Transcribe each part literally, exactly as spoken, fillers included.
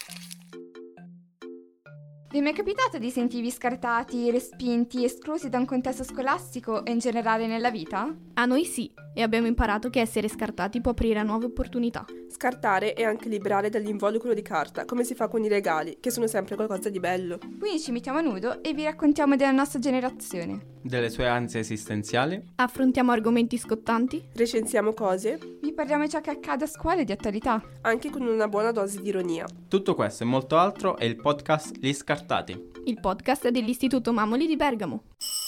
Vi è mai capitato di sentirvi scartati, respinti, esclusi da un contesto scolastico e in generale nella vita? A noi sì, e abbiamo imparato che essere scartati può aprire a nuove opportunità. Scartare è anche liberare dall'involucro di carta, come si fa con i regali, che sono sempre qualcosa di bello. Quindi ci mettiamo a nudo e vi raccontiamo della nostra generazione. Delle sue ansie esistenziali. Affrontiamo argomenti scottanti. Recensiamo cose. Vi parliamo di ciò che accade a scuola e di attualità. Anche con una buona dose di ironia. Tutto questo e molto altro è il podcast Gli Scartati. Il podcast dell'Istituto Mamoli di Bergamo.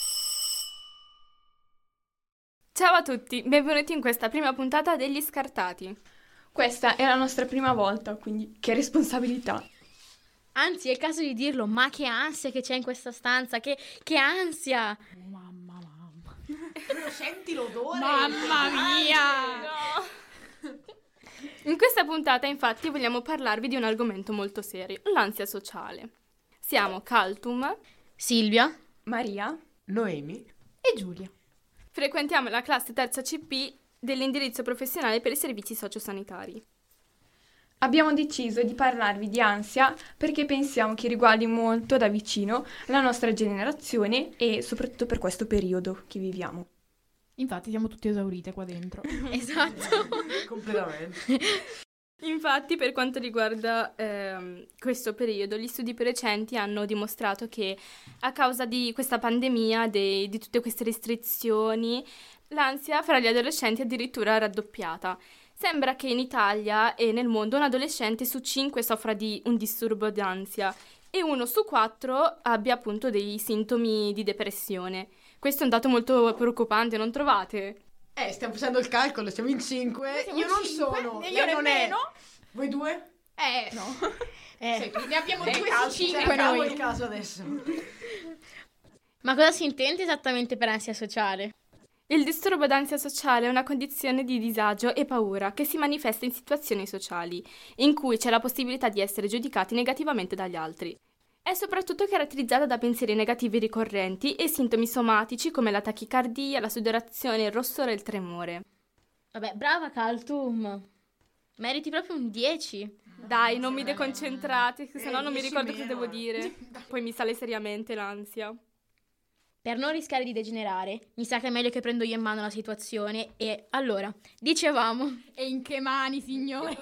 Ciao a tutti, benvenuti in questa prima puntata degli Scartati. Questa è la nostra prima volta, quindi che responsabilità. Anzi, è il caso di dirlo, ma che ansia che c'è in questa stanza, che, che ansia! Oh, mamma, mamma. Senti l'odore? Mamma mia! No. In questa puntata, infatti, vogliamo parlarvi di un argomento molto serio, l'ansia sociale. Siamo Caltum, Silvia, Maria, Noemi e Giulia. Frequentiamo la classe terza C P dell'indirizzo professionale per i servizi sociosanitari. Abbiamo deciso di parlarvi di ansia perché pensiamo che riguardi molto da vicino la nostra generazione e soprattutto per questo periodo che viviamo. Infatti siamo tutti esaurite qua dentro. Esatto. Completamente. Infatti, per quanto riguarda ehm, questo periodo, gli studi più recenti hanno dimostrato che a causa di questa pandemia, de- di tutte queste restrizioni, l'ansia fra gli adolescenti è addirittura raddoppiata. Sembra che in Italia e nel mondo un adolescente su cinque soffra di un disturbo d'ansia e uno su quattro abbia appunto dei sintomi di depressione. Questo è un dato molto preoccupante, non trovate? Eh, stiamo facendo il calcolo, siamo in cinque. Siamo Io non cinque, sono. e Lei io non nemmeno. è. Voi due? Eh, no. Eh, Sì, Ne abbiamo eh, due caso, su cinque cercavo noi. il caso adesso. ma cosa si intende esattamente per ansia sociale? Il disturbo d'ansia sociale è una condizione di disagio e paura che si manifesta in situazioni sociali, in cui c'è la possibilità di essere giudicati negativamente dagli altri. È soprattutto caratterizzata da pensieri negativi ricorrenti e sintomi somatici come la tachicardia, la sudorazione, il rossore e il tremore. Vabbè, brava Caltum. Meriti proprio un dieci. Dai, non mi deconcentrate, se no non mi dieci ricordo cosa meno. devo dire. Poi mi sale seriamente l'ansia. Per non rischiare di degenerare, mi sa che è meglio che prendo io in mano la situazione e, allora, dicevamo... E in che mani, signore?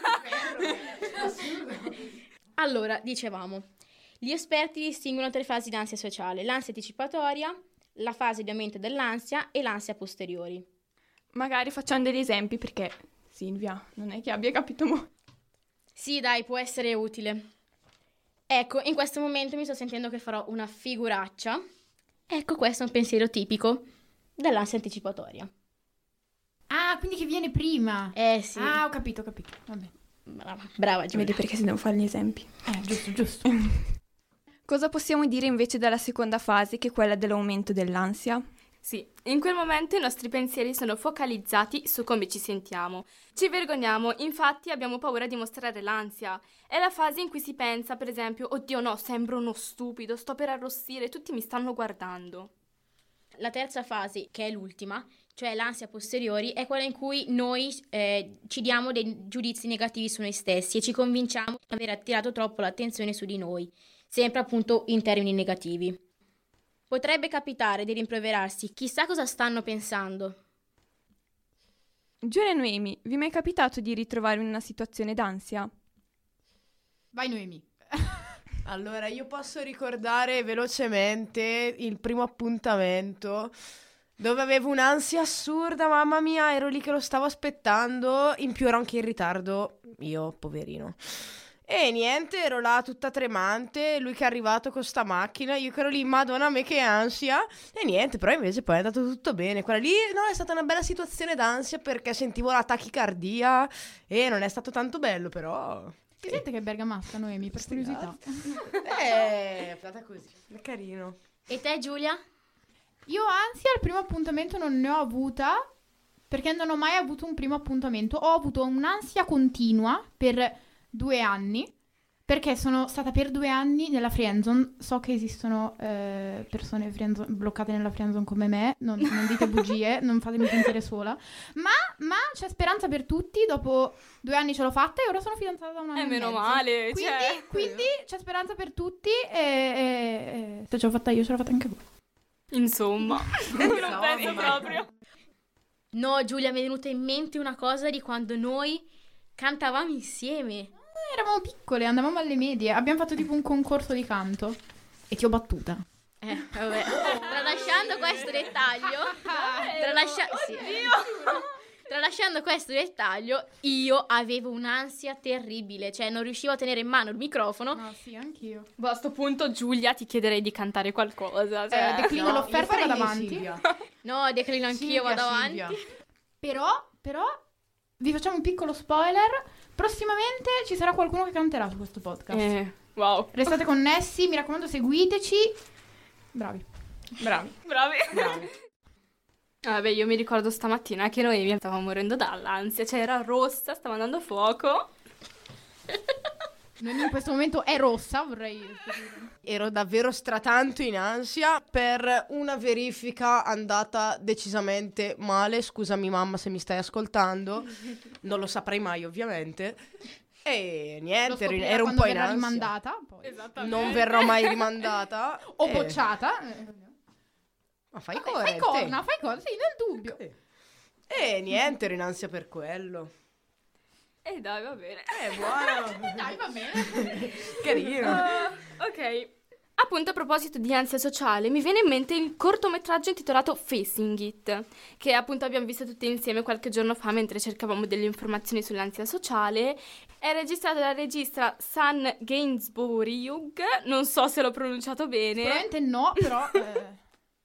Allora, dicevamo, gli esperti distinguono tre fasi di ansia sociale, l'ansia anticipatoria, la fase di aumento dell'ansia e l'ansia posteriori. Magari facciamo degli esempi perché Silvia non è che abbia capito molto. Sì, dai, può essere utile. Ecco, in questo momento mi sto sentendo che farò una figuraccia. Ecco, questo è un pensiero tipico dell'ansia anticipatoria. Ah, quindi che viene prima. Eh sì. Ah, ho capito, ho capito. Vabbè. Brava, brava Giulia. Vedi perché si devono fare gli esempi. Eh, giusto, giusto. Cosa possiamo dire invece della seconda fase, che è quella dell'aumento dell'ansia? Sì, in quel momento i nostri pensieri sono focalizzati su come ci sentiamo. Ci vergogniamo, infatti abbiamo paura di mostrare l'ansia. È la fase in cui si pensa, per esempio, oddio no, sembro uno stupido, sto per arrossire, tutti mi stanno guardando. La terza fase, che è l'ultima, cioè l'ansia posteriori, è quella in cui noi eh, ci diamo dei giudizi negativi su noi stessi e ci convinciamo di aver attirato troppo l'attenzione su di noi, sempre appunto in termini negativi. Potrebbe capitare di rimproverarsi, chissà cosa stanno pensando. Giulia e Noemi, vi è mai capitato di ritrovarvi in una situazione d'ansia? Vai Noemi. Allora, io posso ricordare velocemente il primo appuntamento dove avevo un'ansia assurda, mamma mia, ero lì che lo stavo aspettando, in più ero anche in ritardo, io, poverino. E niente, ero là tutta tremante, lui che è arrivato con sta macchina, io che ero lì, madonna me che ansia, e niente, però invece poi è andato tutto bene. Quella lì, no, è stata una bella situazione d'ansia perché sentivo la tachicardia e non è stato tanto bello, però... Si sente che è bergamasca, Noemi, per curiosità. Eh, è stata così, è carino. E te Giulia? Io ansia al primo appuntamento non ne ho avuta perché non ho mai avuto un primo appuntamento. Ho avuto un'ansia continua per due anni, Perché sono stata per due anni nella friendzone. So che esistono eh, persone friendzone, bloccate nella friendzone come me. Non, non dite bugie, non fatemi sentire sola. Ma, ma c'è speranza per tutti. Dopo due anni ce l'ho fatta e ora sono fidanzata da un anno Eh, e meno mezzo. male, Quindi, cioè. quindi c'è speranza per tutti e, e, e se ce l'ho fatta io, ce l'ho fatta anche voi. Insomma, non penso proprio. No, Giulia, mi è venuta in mente una cosa di quando noi cantavamo insieme. Eravamo piccole, andavamo alle medie. Abbiamo fatto tipo un concorso di canto. E ti ho battuta. Eh, vabbè. Tralasciando questo dettaglio, tralascia- sì. tralasciando questo dettaglio, io avevo un'ansia terribile, cioè non riuscivo a tenere in mano il microfono. No, sì, anch'io. Boh, a sto punto, Giulia, ti chiederei di cantare qualcosa. Cioè. Eh, declino No, l'offerta io e vado farei avanti. Silvia. No, declino anch'io, Silvia, vado avanti. Silvia. Però, però, vi facciamo un piccolo spoiler. Prossimamente ci sarà qualcuno che canterà su questo podcast. Eh, wow. Restate connessi, mi raccomando, seguiteci. Bravi. Bravi. Bravi. Bravi. Vabbè, io mi ricordo stamattina che noi stavamo morendo dall'ansia. Cioè, era rossa, stava andando a fuoco. Noemi in questo momento è rossa, vorrei... Ero davvero stratanto in ansia per una verifica andata decisamente male. Scusami mamma se mi stai ascoltando, non lo saprai mai ovviamente. E Lo niente, ero, scoprirà ero un quando po' in verrà ansia. rimandata. Poi. Esattamente. Non verrò mai rimandata. O e- bocciata. Ma fai Vabbè, coerente. fai corna, fai corna, sì, nel dubbio. E niente, ero in ansia per quello. Eh dai, va bene. Eh, buono. Dai, va bene. Carino. Uh, ok. Appunto, a proposito di ansia sociale, mi viene in mente il cortometraggio intitolato Facing It, che appunto abbiamo visto tutti insieme qualche giorno fa mentre cercavamo delle informazioni sull'ansia sociale. È registrato dalla regista Sun Gainsboryug, non so se l'ho pronunciato bene. Sicuramente no, però... eh,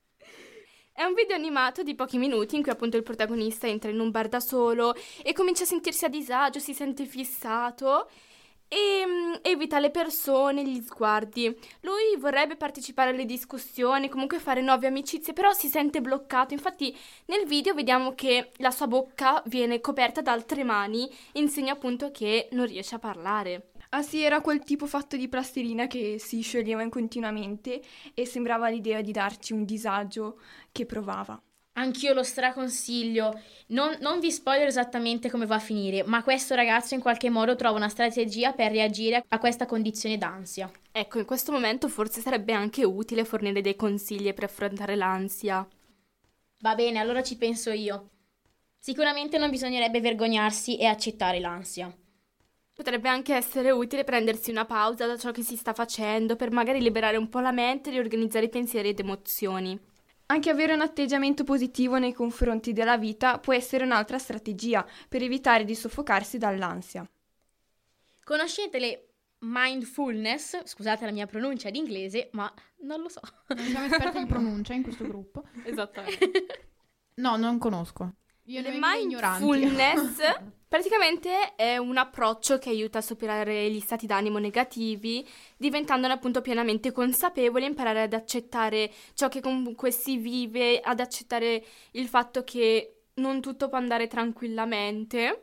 È un video animato di pochi minuti in cui appunto il protagonista entra in un bar da solo e comincia a sentirsi a disagio, si sente fissato e mm, evita le persone, gli sguardi. Lui vorrebbe partecipare alle discussioni, comunque fare nuove amicizie, però si sente bloccato. Infatti nel video vediamo che la sua bocca viene coperta da altre mani, in segno appunto che non riesce a parlare. Ah sì, era quel tipo fatto di plastilina che si scioglieva in continuamente e sembrava l'idea di darci un disagio che provava. Anch'io lo straconsiglio. Non, non vi spoiler esattamente come va a finire, ma questo ragazzo in qualche modo trova una strategia per reagire a questa condizione d'ansia. Ecco, in questo momento forse sarebbe anche utile fornire dei consigli per affrontare l'ansia. Va bene, allora ci penso io. Sicuramente non bisognerebbe vergognarsi e accettare l'ansia. Potrebbe anche essere utile prendersi una pausa da ciò che si sta facendo per magari liberare un po' la mente e riorganizzare i pensieri ed emozioni. Anche avere un atteggiamento positivo nei confronti della vita può essere un'altra strategia per evitare di soffocarsi dall'ansia. Conoscete le mindfulness? Scusate la mia pronuncia di inglese, ma non lo so. non siamo esperti in pronuncia in questo gruppo. Esattamente. No, non conosco. Io Le ne vengo ignoranti. mindfulness praticamente è un approccio che aiuta a superare gli stati d'animo negativi, diventandone appunto pienamente consapevoli, imparare ad accettare ciò che comunque si vive, ad accettare il fatto che non tutto può andare tranquillamente.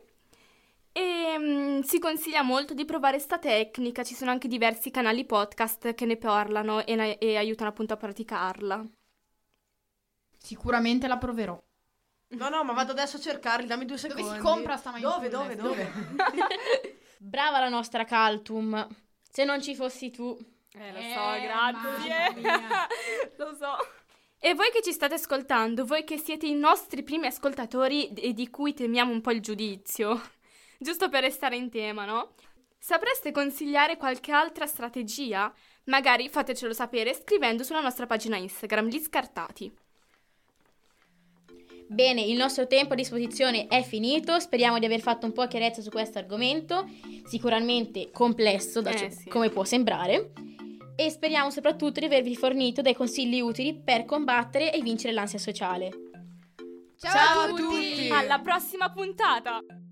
E mm, si consiglia molto di provare sta tecnica, ci sono anche diversi canali podcast che ne parlano e, ne- e aiutano appunto a praticarla. Sicuramente la proverò. No, no, ma vado adesso a cercarli, dammi due Dove secondi. si compra sta Dove, dove, mindfulness? dove? Brava la nostra Caltum. Se non ci fossi tu. Eh, lo Eh, so, grazie. mamma mia. Lo so. E voi che ci state ascoltando, voi che siete i nostri primi ascoltatori e di cui temiamo un po' il giudizio, giusto per restare in tema, no? Sapreste consigliare qualche altra strategia? Magari fatecelo sapere scrivendo sulla nostra pagina Instagram, Gli Scartati. Bene, il nostro tempo a disposizione è finito, speriamo di aver fatto un po' chiarezza su questo argomento, sicuramente complesso da Eh, ciò- sì. come può sembrare, e speriamo soprattutto di avervi fornito dei consigli utili per combattere e vincere l'ansia sociale. Ciao, Ciao a a tutti! tutti! Alla prossima puntata!